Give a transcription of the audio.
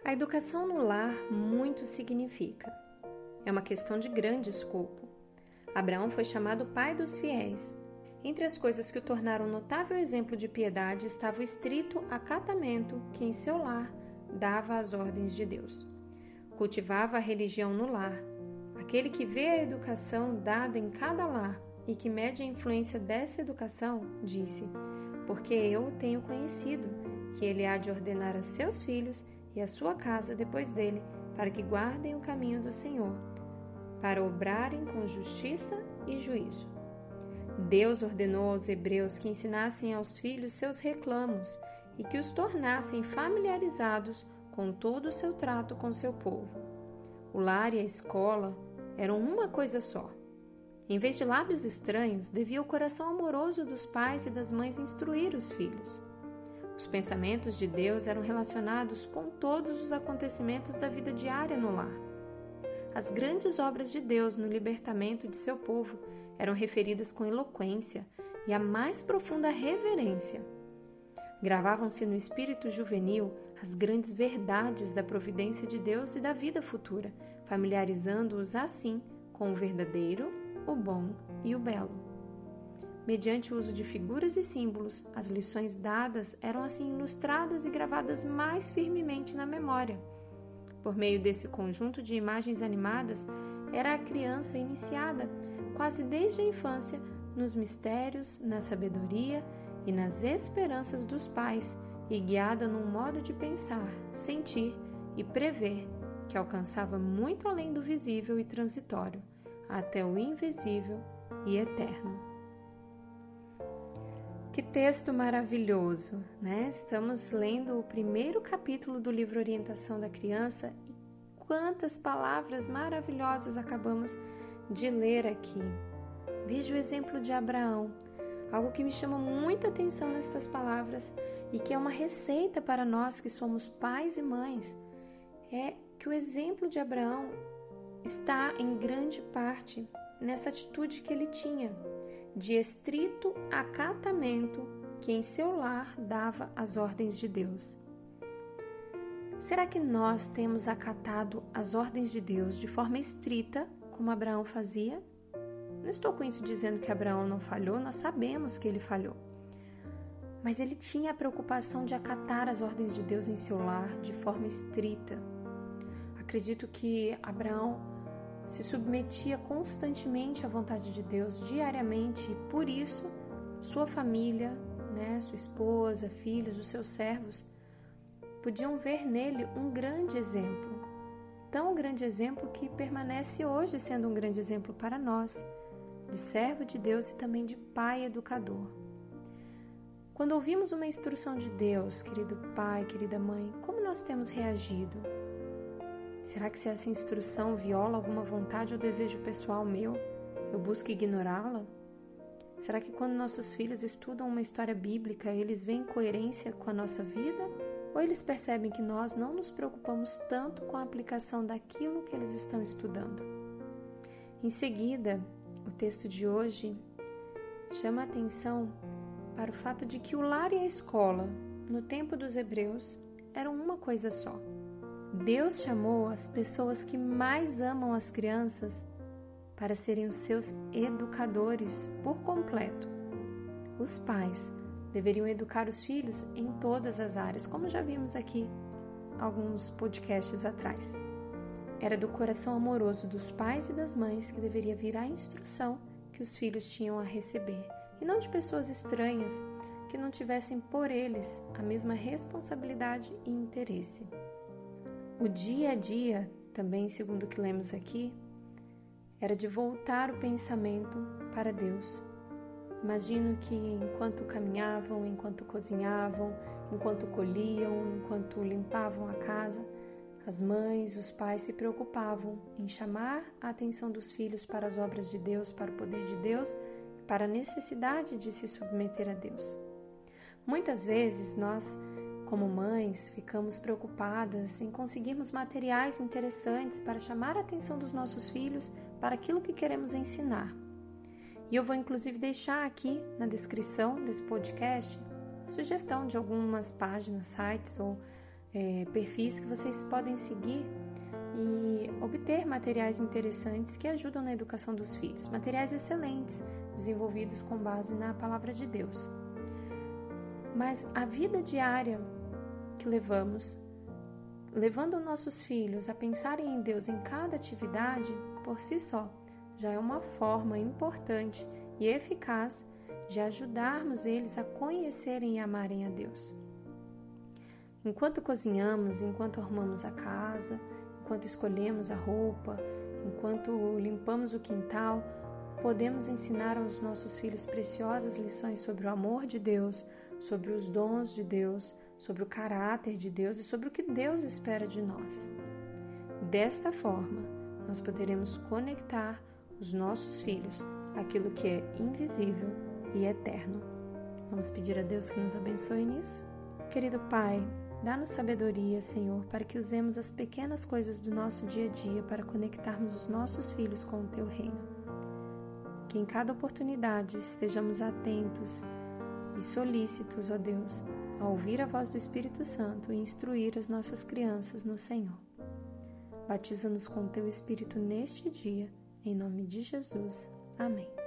A educação no lar muito significa. É uma questão de grande escopo. Abraão foi chamado pai dos fiéis. Entre as coisas que o tornaram notável exemplo de piedade estava o estrito acatamento que em seu lar dava às ordens de Deus. Cultivava a religião no lar. Aquele que vê a educação dada em cada lar e que mede a influência dessa educação, disse: porque eu o tenho conhecido, que ele há de ordenar a seus filhos e a sua casa depois dele, para que guardem o caminho do Senhor, para obrarem com justiça e juízo. Deus ordenou aos hebreus que ensinassem aos filhos seus reclamos e que os tornassem familiarizados com todo o seu trato com seu povo. O lar e a escola eram uma coisa só. Em vez de lábios estranhos, devia o coração amoroso dos pais e das mães instruir os filhos. Os pensamentos de Deus eram relacionados com todos os acontecimentos da vida diária no lar. As grandes obras de Deus no libertamento de seu povo eram referidas com eloquência e a mais profunda reverência. Gravavam-se no espírito juvenil as grandes verdades da providência de Deus e da vida futura, familiarizando-os assim com o verdadeiro, o bom e o belo. Mediante o uso de figuras e símbolos, as lições dadas eram assim ilustradas e gravadas mais firmemente na memória. Por meio desse conjunto de imagens animadas, era a criança iniciada, quase desde a infância, nos mistérios, na sabedoria e nas esperanças dos pais, e guiada num modo de pensar, sentir e prever que alcançava muito além do visível e transitório, até o invisível e eterno. Que texto maravilhoso, né? Estamos lendo o primeiro capítulo do livro Orientação da Criança e quantas palavras maravilhosas acabamos de ler aqui. Veja o exemplo de Abraão, algo que me chama muita atenção nestas palavras e que é uma receita para nós que somos pais e mães, é que o exemplo de Abraão está em grande parte nessa atitude que ele tinha, de estrito acatamento que em seu lar dava as ordens de Deus. Será que nós temos acatado as ordens de Deus de forma estrita, como Abraão fazia? Não estou com isso dizendo que Abraão não falhou, nós sabemos que ele falhou. Mas ele tinha a preocupação de acatar as ordens de Deus em seu lar de forma estrita. Acredito que Abraão se submetia constantemente à vontade de Deus, diariamente, e por isso sua família, sua esposa, filhos, os seus servos, podiam ver nele um grande exemplo. Tão grande exemplo que permanece hoje sendo um grande exemplo para nós, de servo de Deus e também de pai educador. Quando ouvimos uma instrução de Deus, querido pai, querida mãe, como nós temos reagido? Será que se essa instrução viola alguma vontade ou desejo pessoal meu, eu busco ignorá-la? Será que quando nossos filhos estudam uma história bíblica, eles veem coerência com a nossa vida? Ou eles percebem que nós não nos preocupamos tanto com a aplicação daquilo que eles estão estudando? Em seguida, o texto de hoje chama a atenção para o fato de que o lar e a escola, no tempo dos hebreus, eram uma coisa só. Deus chamou as pessoas que mais amam as crianças para serem os seus educadores por completo. Os pais deveriam educar os filhos em todas as áreas, como já vimos aqui alguns podcasts atrás. Era do coração amoroso dos pais e das mães que deveria vir a instrução que os filhos tinham a receber, e não de pessoas estranhas que não tivessem por eles a mesma responsabilidade e interesse. O dia a dia, também segundo o que lemos aqui, era de voltar o pensamento para Deus. Imagino que enquanto caminhavam, enquanto cozinhavam, enquanto colhiam, enquanto limpavam a casa, as mães, os pais se preocupavam em chamar a atenção dos filhos para as obras de Deus, para o poder de Deus, para a necessidade de se submeter a Deus. Muitas vezes nós, como mães, ficamos preocupadas em conseguirmos materiais interessantes para chamar a atenção dos nossos filhos para aquilo que queremos ensinar. E eu vou inclusive deixar aqui na descrição desse podcast a sugestão de algumas páginas, sites ou perfis que vocês podem seguir e obter materiais interessantes que ajudam na educação dos filhos, materiais excelentes, desenvolvidos com base na palavra de Deus. Mas a vida diária que levamos, levando nossos filhos a pensarem em Deus em cada atividade, por si só, já é uma forma importante e eficaz de ajudarmos eles a conhecerem e amarem a Deus. Enquanto cozinhamos, enquanto arrumamos a casa, enquanto escolhemos a roupa, enquanto limpamos o quintal, podemos ensinar aos nossos filhos preciosas lições sobre o amor de Deus, sobre os dons de Deus, sobre o caráter de Deus e sobre o que Deus espera de nós. Desta forma, nós poderemos conectar os nossos filhos àquilo que é invisível e eterno. Vamos pedir a Deus que nos abençoe nisso? Querido Pai, dá-nos sabedoria, Senhor, para que usemos as pequenas coisas do nosso dia a dia para conectarmos os nossos filhos com o Teu reino. Que em cada oportunidade estejamos atentos e solícitos, ó Deus, a ouvir a voz do Espírito Santo e instruir as nossas crianças no Senhor. Batiza-nos com o Teu Espírito neste dia, em nome de Jesus. Amém.